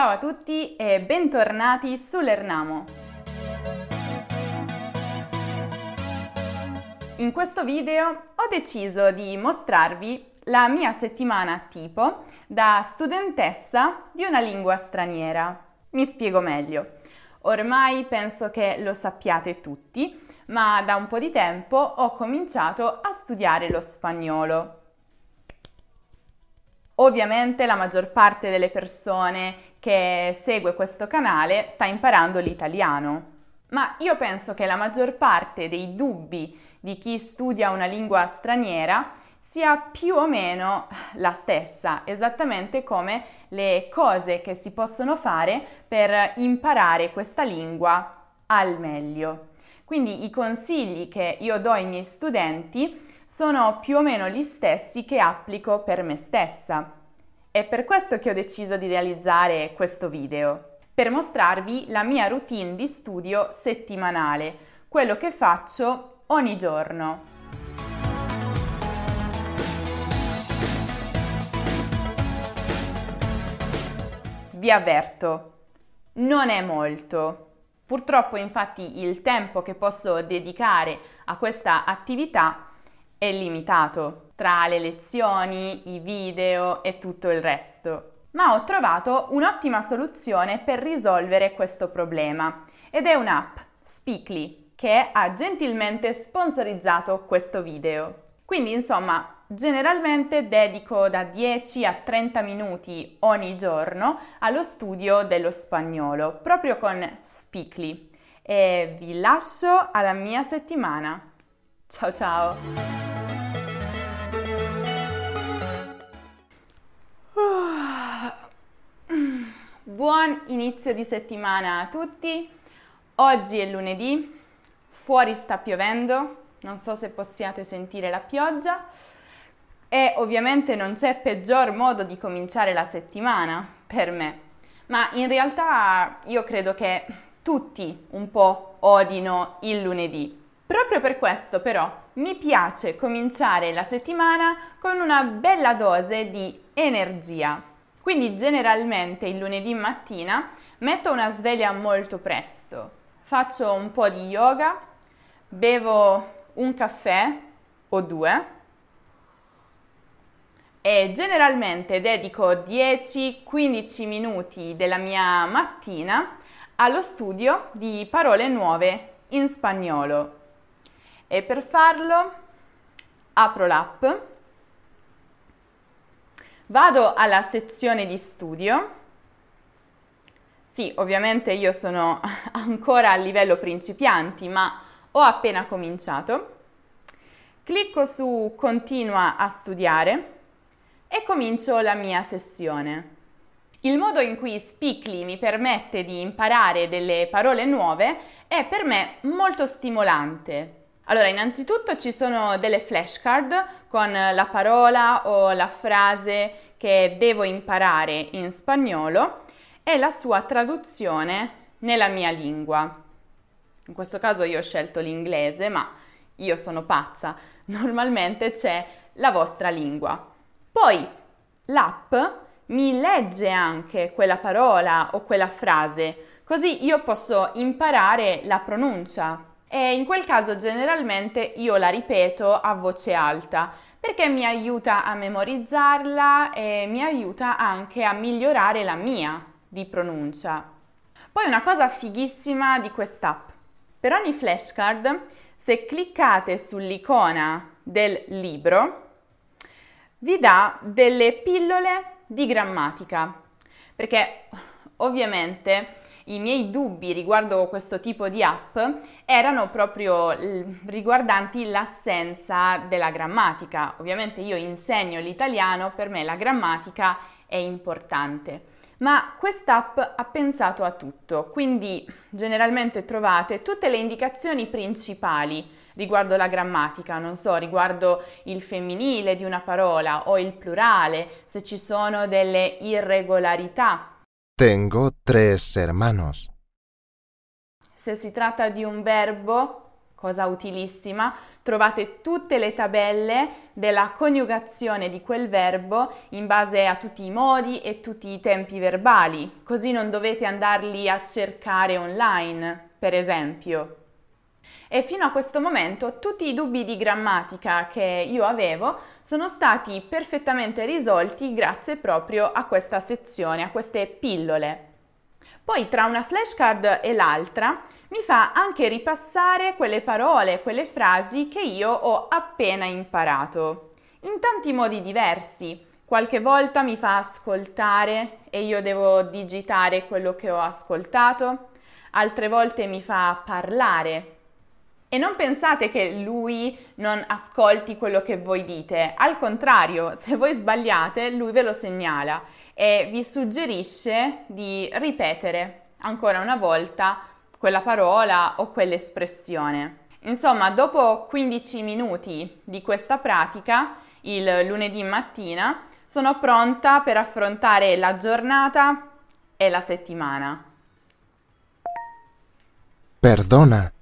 Ciao a tutti e bentornati su Lernamo! In questo video ho deciso di mostrarvi la mia settimana tipo da studentessa di una lingua straniera. Mi spiego meglio. Ormai penso che lo sappiate tutti, ma da un po' di tempo ho cominciato a studiare lo spagnolo. Ovviamente la maggior parte delle persone che segue questo canale sta imparando l'italiano, ma io penso che la maggior parte dei dubbi di chi studia una lingua straniera sia più o meno la stessa, esattamente come le cose che si possono fare per imparare questa lingua al meglio. Quindi i consigli che io do ai miei studenti sono più o meno gli stessi che applico per me stessa. È per questo che ho deciso di realizzare questo video, per mostrarvi la mia routine di studio settimanale, quello che faccio ogni giorno. Vi avverto, non è molto. Purtroppo, infatti, il tempo che posso dedicare a questa attività è limitato tra le lezioni, i video e tutto il resto. Ma ho trovato un'ottima soluzione per risolvere questo problema ed è un'app, Speakly, che ha gentilmente sponsorizzato questo video. Quindi, insomma, generalmente dedico da 10 a 30 minuti ogni giorno allo studio dello spagnolo, proprio con Speakly. E vi lascio alla mia settimana. Ciao ciao! Buon inizio di settimana a tutti. Oggi è lunedì, fuori sta piovendo, non so se possiate sentire la pioggia e ovviamente non c'è peggior modo di cominciare la settimana per me, ma in realtà io credo che tutti un po' odino il lunedì. Proprio per questo però mi piace cominciare la settimana con una bella dose di energia. Quindi generalmente il lunedì mattina metto una sveglia molto presto, faccio un po' di yoga, bevo un caffè o due e generalmente dedico 10-15 minuti della mia mattina allo studio di parole nuove in spagnolo. E per farlo apro l'app, vado alla sezione di studio. Sì, ovviamente io sono ancora a livello principianti, ma ho appena cominciato. Clicco su Continua a studiare e comincio la mia sessione. Il modo in cui Speakly mi permette di imparare delle parole nuove è per me molto stimolante. Allora, innanzitutto ci sono delle flashcard con la parola o la frase che devo imparare in spagnolo e la sua traduzione nella mia lingua. In questo caso io ho scelto l'inglese, ma io sono pazza, normalmente c'è la vostra lingua. Poi l'app mi legge anche quella parola o quella frase, così io posso imparare la pronuncia. E in quel caso generalmente io la ripeto a voce alta perché mi aiuta a memorizzarla e mi aiuta anche a migliorare la mia di pronuncia. Poi una cosa fighissima di quest'app: per ogni flashcard, se cliccate sull'icona del libro, vi dà delle pillole di grammatica, perché ovviamente i miei dubbi riguardo questo tipo di app erano proprio riguardanti l'assenza della grammatica. Ovviamente io insegno l'italiano, per me la grammatica è importante, ma quest'app ha pensato a tutto, quindi generalmente trovate tutte le indicazioni principali riguardo la grammatica, non so, riguardo il femminile di una parola o il plurale, se ci sono delle irregolarità. Tengo 3 hermanos. Se si tratta di un verbo cosa utilissima, trovate tutte le tabelle della coniugazione di quel verbo in base a tutti i modi e tutti i tempi verbali, così non dovete andarli a cercare online, per esempio. E fino a questo momento tutti i dubbi di grammatica che io avevo sono stati perfettamente risolti grazie proprio a questa sezione, a queste pillole. Poi tra una flashcard e l'altra mi fa anche ripassare quelle parole, quelle frasi che io ho appena imparato, in tanti modi diversi. Qualche volta mi fa ascoltare e io devo digitare quello che ho ascoltato, altre volte mi fa parlare. E non pensate che lui non ascolti quello che voi dite, al contrario, se voi sbagliate, lui ve lo segnala e vi suggerisce di ripetere ancora una volta quella parola o quell'espressione. Insomma, dopo 15 minuti di questa pratica, il lunedì mattina, sono pronta per affrontare la giornata e la settimana. Perdona.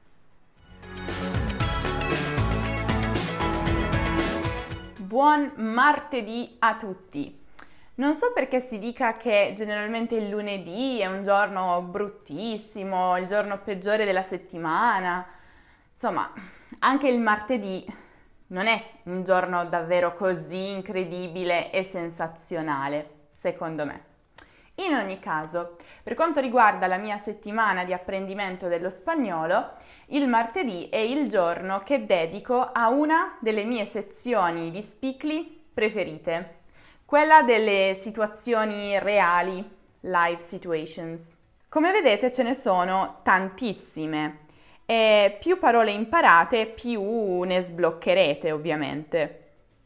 Buon martedì a tutti! Non so perché si dica che generalmente il lunedì è un giorno bruttissimo, il giorno peggiore della settimana. Insomma, anche il martedì non è un giorno davvero così incredibile e sensazionale, secondo me. In ogni caso, per quanto riguarda la mia settimana di apprendimento dello spagnolo, il martedì è il giorno che dedico a una delle mie sezioni di Speakly preferite, quella delle situazioni reali, live situations. Come vedete ce ne sono tantissime e più parole imparate più ne sbloccherete ovviamente.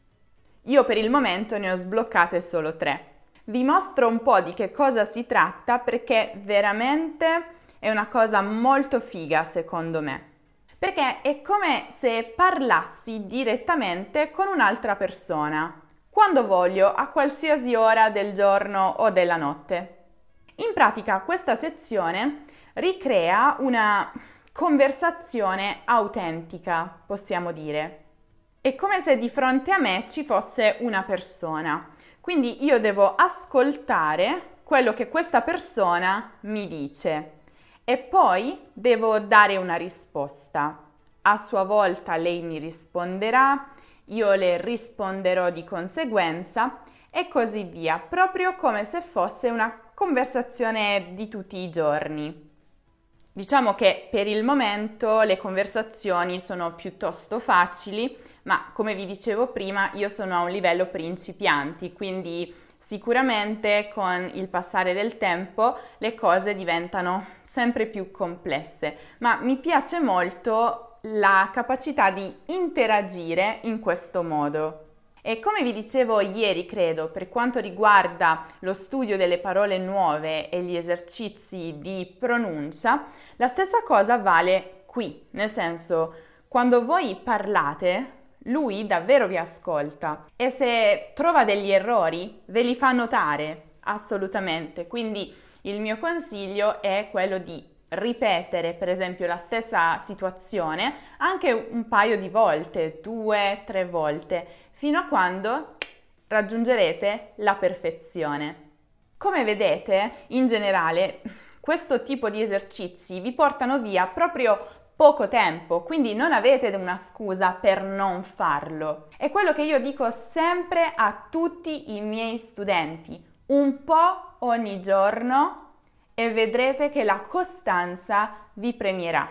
Io per il momento ne ho sbloccate solo 3. Vi mostro un po' di che cosa si tratta perché veramente è una cosa molto figa secondo me. Perché è come se parlassi direttamente con un'altra persona, quando voglio, a qualsiasi ora del giorno o della notte. In pratica questa sezione ricrea una conversazione autentica, possiamo dire. È come se di fronte a me ci fosse una persona. Quindi io devo ascoltare quello che questa persona mi dice e poi devo dare una risposta. A sua volta lei mi risponderà, io le risponderò di conseguenza e così via, proprio come se fosse una conversazione di tutti i giorni. Diciamo che per il momento le conversazioni sono piuttosto facili, ma come vi dicevo prima io sono a un livello principianti, quindi sicuramente con il passare del tempo le cose diventano sempre più complesse, ma mi piace molto la capacità di interagire in questo modo. E come vi dicevo ieri, credo, per quanto riguarda lo studio delle parole nuove e gli esercizi di pronuncia, la stessa cosa vale qui, nel senso, quando voi parlate, lui davvero vi ascolta e se trova degli errori ve li fa notare, assolutamente. Quindi il mio consiglio è quello di ripetere per esempio la stessa situazione anche un paio di volte, 2-3 volte, fino a quando raggiungerete la perfezione. Come vedete, in generale, questo tipo di esercizi vi portano via proprio poco tempo, quindi non avete una scusa per non farlo. È quello che io dico sempre a tutti i miei studenti, un po' ogni giorno e vedrete che la costanza vi premierà.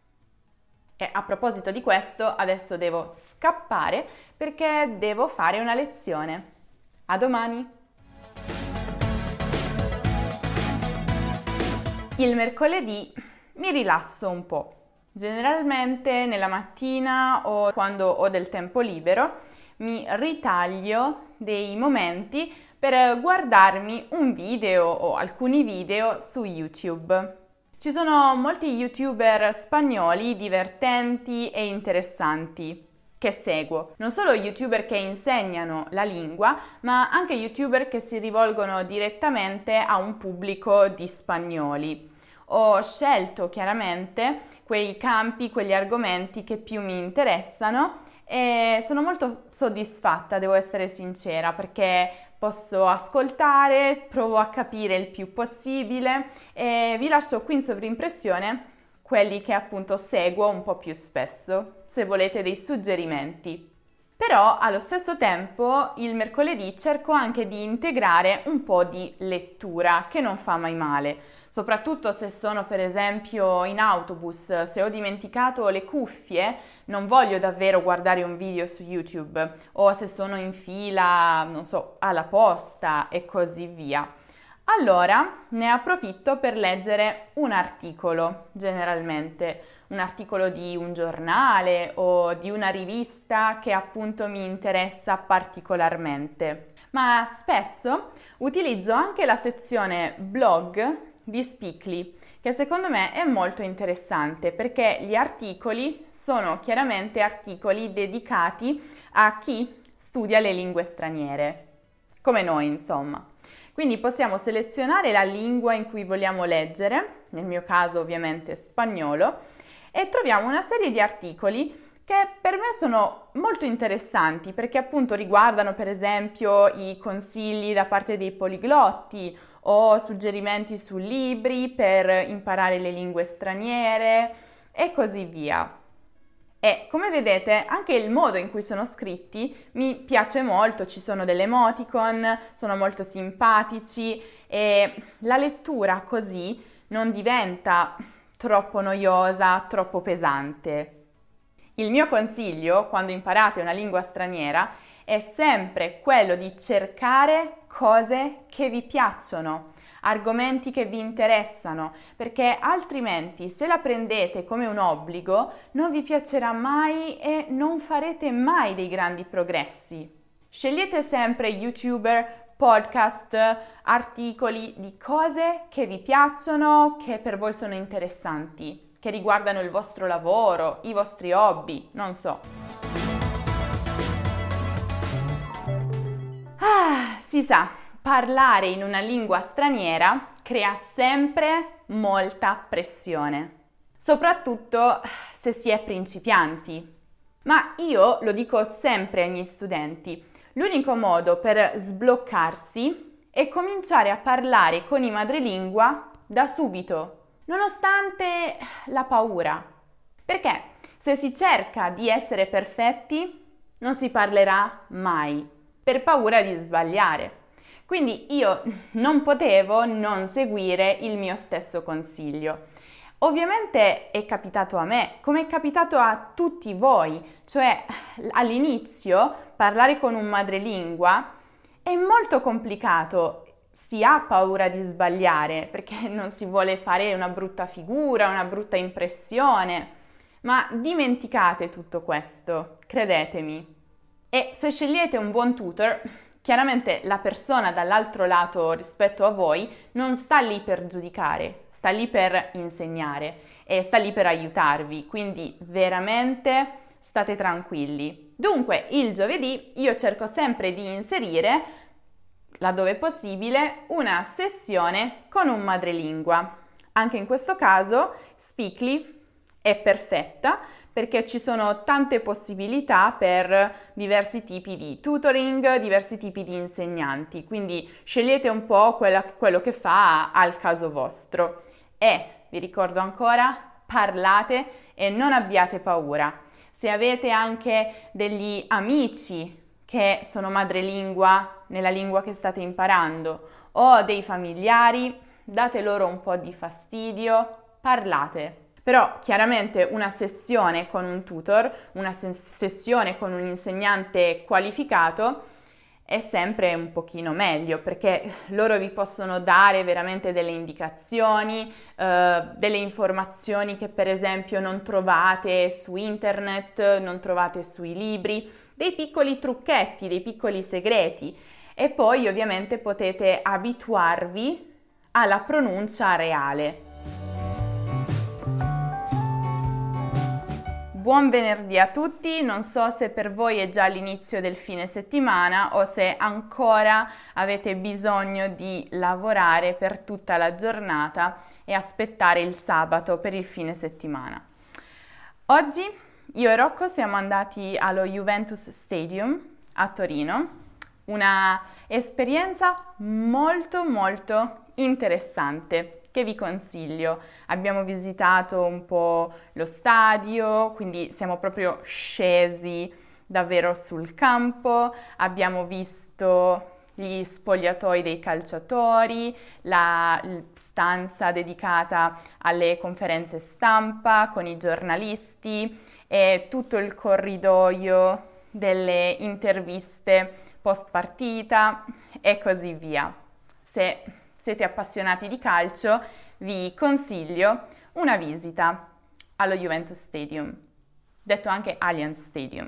E a proposito di questo, adesso devo scappare perché devo fare una lezione. A domani! Il mercoledì mi rilasso un po'. Generalmente nella mattina o quando ho del tempo libero mi ritaglio dei momenti per guardarmi un video o alcuni video su YouTube. Ci sono molti YouTuber spagnoli divertenti e interessanti che seguo. Non solo YouTuber che insegnano la lingua, ma anche YouTuber che si rivolgono direttamente a un pubblico di spagnoli. ho scelto chiaramente quei campi, quegli argomenti che più mi interessano e sono molto soddisfatta, devo essere sincera, perché posso ascoltare, provo a capire il più possibile e vi lascio qui in sovrimpressione quelli che appunto seguo un po' più spesso, se volete dei suggerimenti. Però allo stesso tempo il mercoledì cerco anche di integrare un po' di lettura, che non fa mai male, soprattutto se sono per esempio in autobus, se ho dimenticato le cuffie, non voglio davvero guardare un video su YouTube, o se sono in fila, non so, alla posta e così via. Allora ne approfitto per leggere un articolo, generalmente, un articolo di un giornale o di una rivista che appunto mi interessa particolarmente. Ma spesso utilizzo anche la sezione blog di Speakly, che secondo me è molto interessante perché gli articoli sono chiaramente articoli dedicati a chi studia le lingue straniere, come noi insomma. Quindi possiamo selezionare la lingua in cui vogliamo leggere, nel mio caso ovviamente spagnolo, e troviamo una serie di articoli che per me sono molto interessanti perché appunto riguardano per esempio i consigli da parte dei poliglotti o suggerimenti su libri per imparare le lingue straniere e così via. E come vedete anche il modo in cui sono scritti mi piace molto, ci sono delle emoticon, sono molto simpatici e la lettura così non diventa troppo noiosa, troppo pesante. Il mio consiglio quando imparate una lingua straniera è sempre quello di cercare cose che vi piacciono, argomenti che vi interessano, perché altrimenti se la prendete come un obbligo non vi piacerà mai e non farete mai dei grandi progressi. Scegliete sempre YouTuber, podcast, articoli di cose che vi piacciono, che per voi sono interessanti, che riguardano il vostro lavoro, i vostri hobby, non so. Si sa, parlare in una lingua straniera crea sempre molta pressione, soprattutto se si è principianti. Ma io lo dico sempre ai miei studenti, l'unico modo per sbloccarsi è cominciare a parlare con i madrelingua da subito, nonostante la paura. Perché se si cerca di essere perfetti, non si parlerà mai, per paura di sbagliare. Quindi io non potevo non seguire il mio stesso consiglio. Ovviamente è capitato a me, come è capitato a tutti voi, cioè all'inizio parlare con un madrelingua è molto complicato, si ha paura di sbagliare perché non si vuole fare una brutta figura, una brutta impressione, ma dimenticate tutto questo, credetemi. E se scegliete un buon tutor, chiaramente la persona dall'altro lato rispetto a voi non sta lì per giudicare, sta lì per insegnare e sta lì per aiutarvi, quindi veramente state tranquilli. Dunque, il giovedì io cerco sempre di inserire, laddove possibile, una sessione con un madrelingua. Anche in questo caso Speakly è perfetta perché ci sono tante possibilità per diversi tipi di tutoring, diversi tipi di insegnanti, quindi scegliete un po' quello che fa al caso vostro. E vi ricordo ancora, parlate e non abbiate paura. Se avete anche degli amici che sono madrelingua nella lingua che state imparando o dei familiari, date loro un po' di fastidio, parlate. Però chiaramente una sessione con un tutor, una sessione con un insegnante qualificato è sempre un pochino meglio perché loro vi possono dare veramente delle indicazioni, delle informazioni che per esempio non trovate su internet, non trovate sui libri, dei piccoli trucchetti, dei piccoli segreti e poi ovviamente potete abituarvi alla pronuncia reale. buon venerdì a tutti, non so se per voi è già l'inizio del fine settimana o se ancora avete bisogno di lavorare per tutta la giornata e aspettare il sabato per il fine settimana. Oggi io e Rocco siamo andati allo Juventus Stadium a Torino, una esperienza molto interessante che vi consiglio. Abbiamo visitato un po' lo stadio, quindi siamo proprio scesi davvero sul campo, abbiamo visto gli spogliatoi dei calciatori, la stanza dedicata alle conferenze stampa con i giornalisti e tutto il corridoio delle interviste post partita e così via. Se siete appassionati di calcio, vi consiglio una visita allo Juventus Stadium, detto anche Allianz Stadium.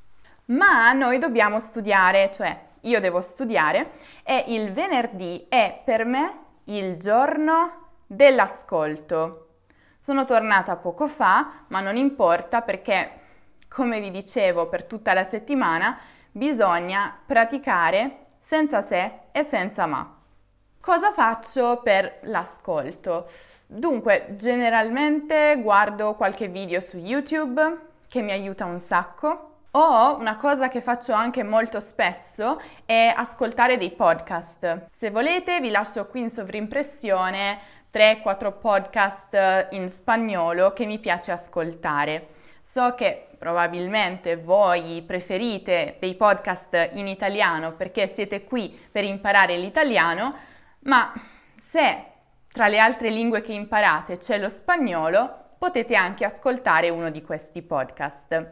Ma noi dobbiamo studiare, cioè io devo studiare, e il venerdì è per me il giorno dell'ascolto. Sono tornata poco fa, ma non importa perché, come vi dicevo, per tutta la settimana bisogna praticare senza se e senza ma. Cosa faccio per l'ascolto? Dunque, generalmente guardo qualche video su YouTube che mi aiuta un sacco. O una cosa che faccio anche molto spesso è ascoltare dei podcast. Se volete vi lascio qui in sovrimpressione 3-4 podcast in spagnolo che mi piace ascoltare. So che probabilmente voi preferite dei podcast in italiano perché siete qui per imparare l'italiano, ma se tra le altre lingue che imparate c'è lo spagnolo, potete anche ascoltare uno di questi podcast.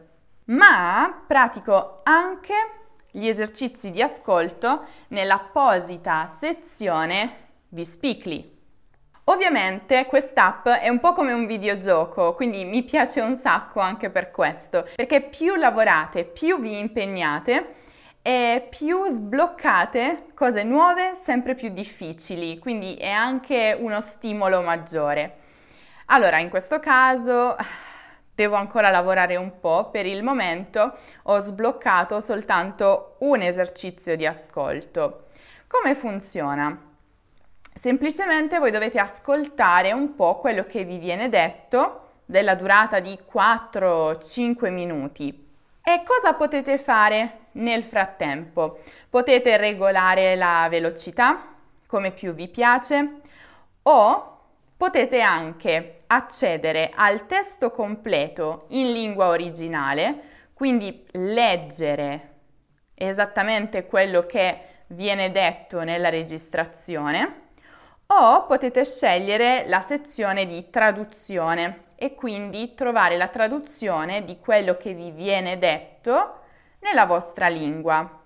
Ma pratico anche gli esercizi di ascolto nell'apposita sezione di Speakly. Ovviamente quest'app è un po' come un videogioco, quindi mi piace un sacco anche per questo, perché più lavorate, più vi impegnate e più sbloccate cose nuove sempre più difficili, quindi è anche uno stimolo maggiore. Allora, in questo caso devo ancora lavorare un po', per il momento ho sbloccato soltanto un esercizio di ascolto. Come funziona? Semplicemente voi dovete ascoltare un po' quello che vi viene detto, della durata di 4-5 minuti. E cosa potete fare nel frattempo? Potete regolare la velocità, come più vi piace, o potete anche accedere al testo completo in lingua originale, quindi leggere esattamente quello che viene detto nella registrazione, o potete scegliere la sezione di traduzione e quindi trovare la traduzione di quello che vi viene detto nella vostra lingua.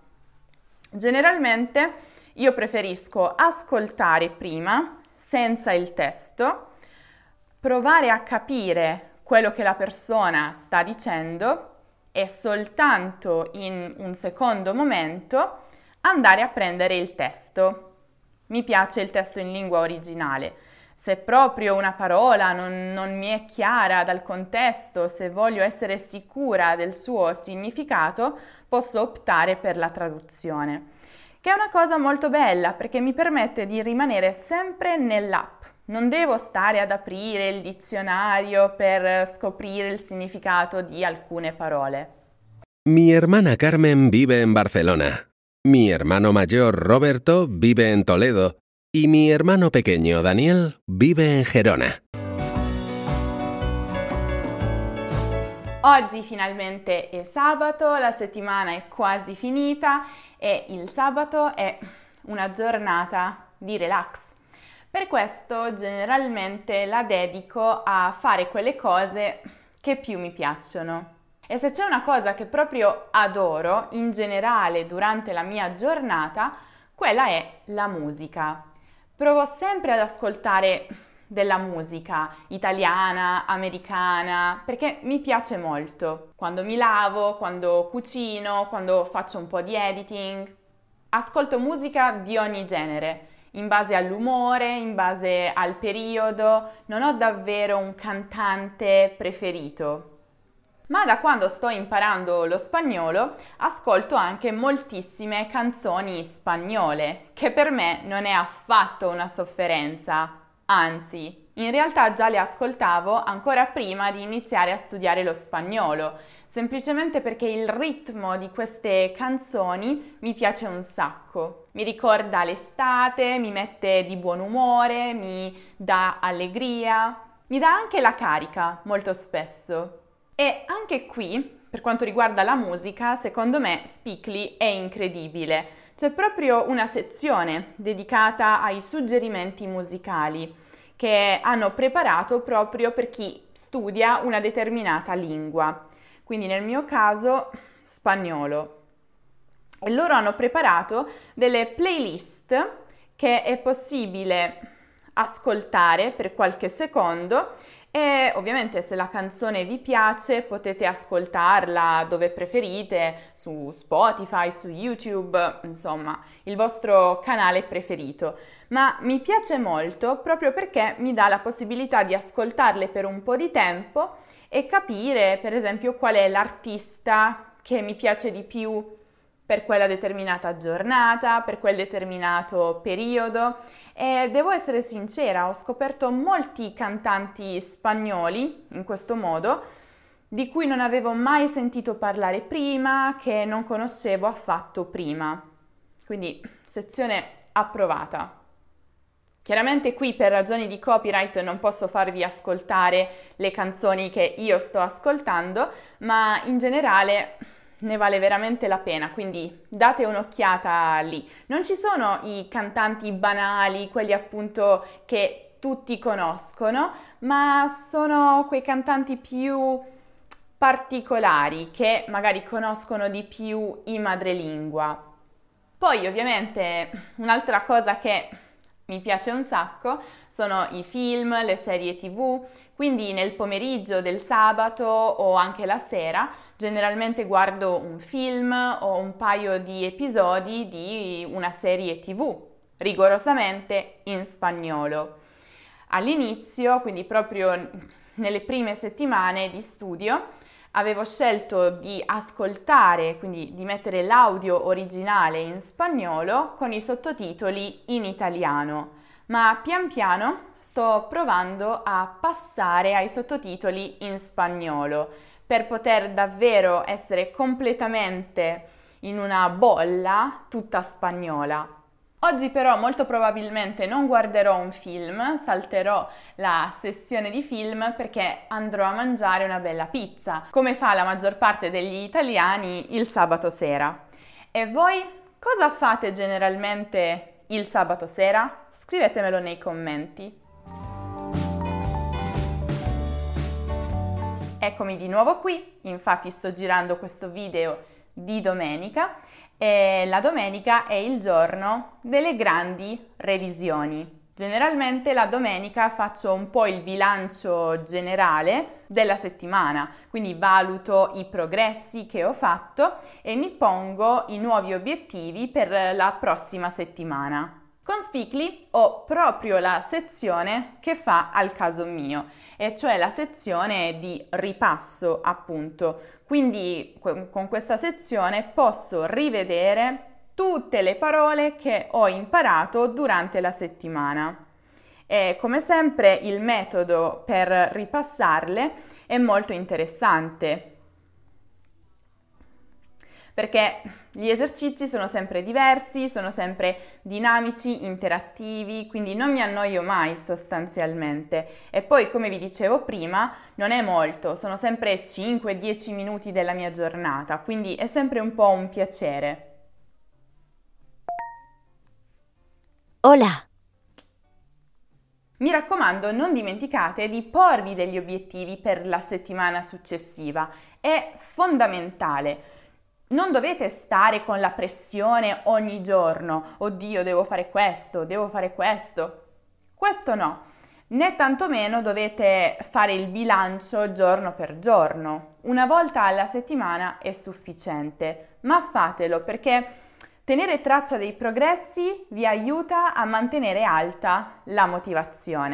Generalmente io preferisco ascoltare prima, senza il testo, provare a capire quello che la persona sta dicendo e soltanto in un secondo momento andare a prendere il testo. Mi piace il testo in lingua originale. Se proprio una parola non mi è chiara dal contesto, se voglio essere sicura del suo significato, posso optare per la traduzione, che è una cosa molto bella perché mi permette di rimanere sempre nell'app. Non devo stare ad aprire il dizionario per scoprire il significato di alcune parole. Mi hermana Carmen vive en Barcelona. Mi hermano mayor Roberto vive en Toledo. Y mi hermano pequeño Daniel vive en Gerona. Oggi finalmente è sabato, la settimana è quasi finita e il sabato è una giornata di relax. Per questo generalmente la dedico a fare quelle cose che più mi piacciono. E se c'è una cosa che proprio adoro in generale durante la mia giornata, quella è la musica. Provo sempre ad ascoltare della musica italiana, americana, perché mi piace molto. Quando mi lavo, quando cucino, quando faccio un po' di editing, ascolto musica di ogni genere, in base all'umore, in base al periodo, non ho davvero un cantante preferito. Ma da quando sto imparando lo spagnolo ascolto anche moltissime canzoni spagnole, che per me non è affatto una sofferenza, anzi, in realtà già le ascoltavo ancora prima di iniziare a studiare lo spagnolo, semplicemente perché il ritmo di queste canzoni mi piace un sacco. Mi ricorda l'estate, mi mette di buon umore, mi dà allegria, mi dà anche la carica molto spesso. E anche qui, per quanto riguarda la musica, secondo me Speakly è incredibile. C'è proprio una sezione dedicata ai suggerimenti musicali che hanno preparato proprio per chi studia una determinata lingua. Quindi nel mio caso spagnolo. E loro hanno preparato delle playlist che è possibile ascoltare per qualche secondo e ovviamente se la canzone vi piace potete ascoltarla dove preferite, su Spotify, su YouTube, insomma, il vostro canale preferito. Ma mi piace molto proprio perché mi dà la possibilità di ascoltarle per un po' di tempo e capire, per esempio, qual è l'artista che mi piace di più per quella determinata giornata, per quel determinato periodo. E devo essere sincera, ho scoperto molti cantanti spagnoli in questo modo, di cui non avevo mai sentito parlare prima, che non conoscevo affatto prima. Quindi, sezione approvata. Chiaramente qui per ragioni di copyright non posso farvi ascoltare le canzoni che io sto ascoltando, ma in generale ne vale veramente la pena, quindi date un'occhiata lì. Non ci sono i cantanti banali, quelli appunto che tutti conoscono, ma sono quei cantanti più particolari che magari conoscono di più in madrelingua. Poi ovviamente un'altra cosa che mi piace un sacco sono i film, le serie TV, quindi nel pomeriggio del sabato o anche la sera generalmente guardo un film o un paio di episodi di una serie TV, rigorosamente in spagnolo. All'inizio, quindi proprio nelle prime settimane di studio, avevo scelto di ascoltare, quindi di mettere l'audio originale in spagnolo con i sottotitoli in italiano, ma pian piano sto provando a passare ai sottotitoli in spagnolo per poter davvero essere completamente in una bolla tutta spagnola. Oggi però molto probabilmente non guarderò un film, salterò la sessione di film perché andrò a mangiare una bella pizza, come fa la maggior parte degli italiani il sabato sera. E voi cosa fate generalmente il sabato sera? Scrivetemelo nei commenti. Eccomi di nuovo qui, infatti sto girando questo video di domenica e la domenica è il giorno delle grandi revisioni. Generalmente la domenica faccio un po' il bilancio generale della settimana, quindi valuto i progressi che ho fatto e mi pongo i nuovi obiettivi per la prossima settimana. Con Speakly ho proprio la sezione che fa al caso mio, e cioè la sezione di ripasso, appunto. Quindi con questa sezione posso rivedere tutte le parole che ho imparato durante la settimana. E come sempre il metodo per ripassarle è molto interessante, perché gli esercizi sono sempre diversi, sono sempre dinamici, interattivi, quindi non mi annoio mai sostanzialmente. E poi, come vi dicevo prima, non è molto, sono sempre 5-10 minuti della mia giornata, quindi è sempre un po' un piacere. Hola. Mi raccomando, non dimenticate di porvi degli obiettivi per la settimana successiva, è fondamentale. Non dovete stare con la pressione ogni giorno, oddio, devo fare questo, devo fare questo. Questo no, né tantomeno dovete fare il bilancio giorno per giorno. Una volta alla settimana è sufficiente, ma fatelo perché tenere traccia dei progressi vi aiuta a mantenere alta la motivazione.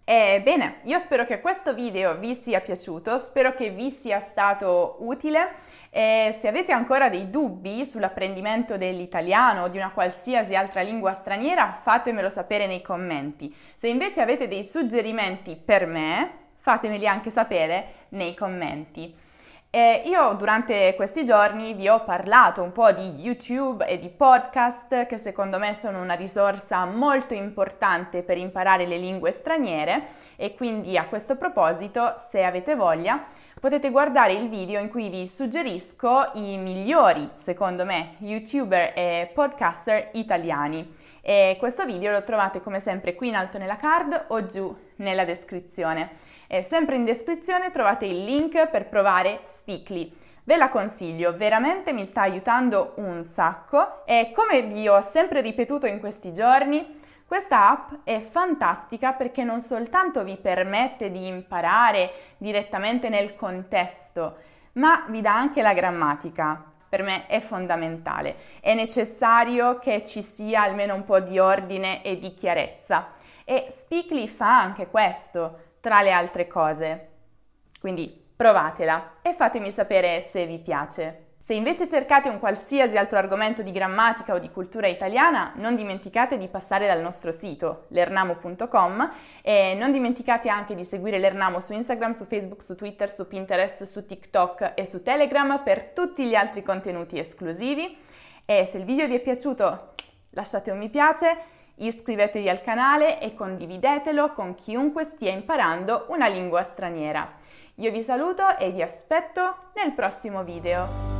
Bene, io spero che questo video vi sia piaciuto, spero che vi sia stato utile. Se avete ancora dei dubbi sull'apprendimento dell'italiano o di una qualsiasi altra lingua straniera, fatemelo sapere nei commenti. Se invece avete dei suggerimenti per me, fatemeli anche sapere nei commenti. Io durante questi giorni vi ho parlato un po' di YouTube e di podcast che secondo me sono una risorsa molto importante per imparare le lingue straniere e quindi a questo proposito, se avete voglia, potete guardare il video in cui vi suggerisco i migliori, secondo me, YouTuber e podcaster italiani. E questo video lo trovate come sempre qui in alto nella card o giù nella descrizione. E sempre in descrizione trovate il link per provare Speakly. Ve la consiglio, veramente mi sta aiutando un sacco e come vi ho sempre ripetuto in questi giorni, questa app è fantastica perché non soltanto vi permette di imparare direttamente nel contesto, ma vi dà anche la grammatica. Per me è fondamentale, è necessario che ci sia almeno un po' di ordine e di chiarezza e Speakly fa anche questo, tra le altre cose. Quindi provatela e fatemi sapere se vi piace. Se invece cercate un qualsiasi altro argomento di grammatica o di cultura italiana, non dimenticate di passare dal nostro sito lernamo.com e non dimenticate anche di seguire Lernamo su Instagram, su Facebook, su Twitter, su Pinterest, su TikTok e su Telegram per tutti gli altri contenuti esclusivi. E se il video vi è piaciuto, lasciate un mi piace, iscrivetevi al canale e condividetelo con chiunque stia imparando una lingua straniera. Io vi saluto e vi aspetto nel prossimo video.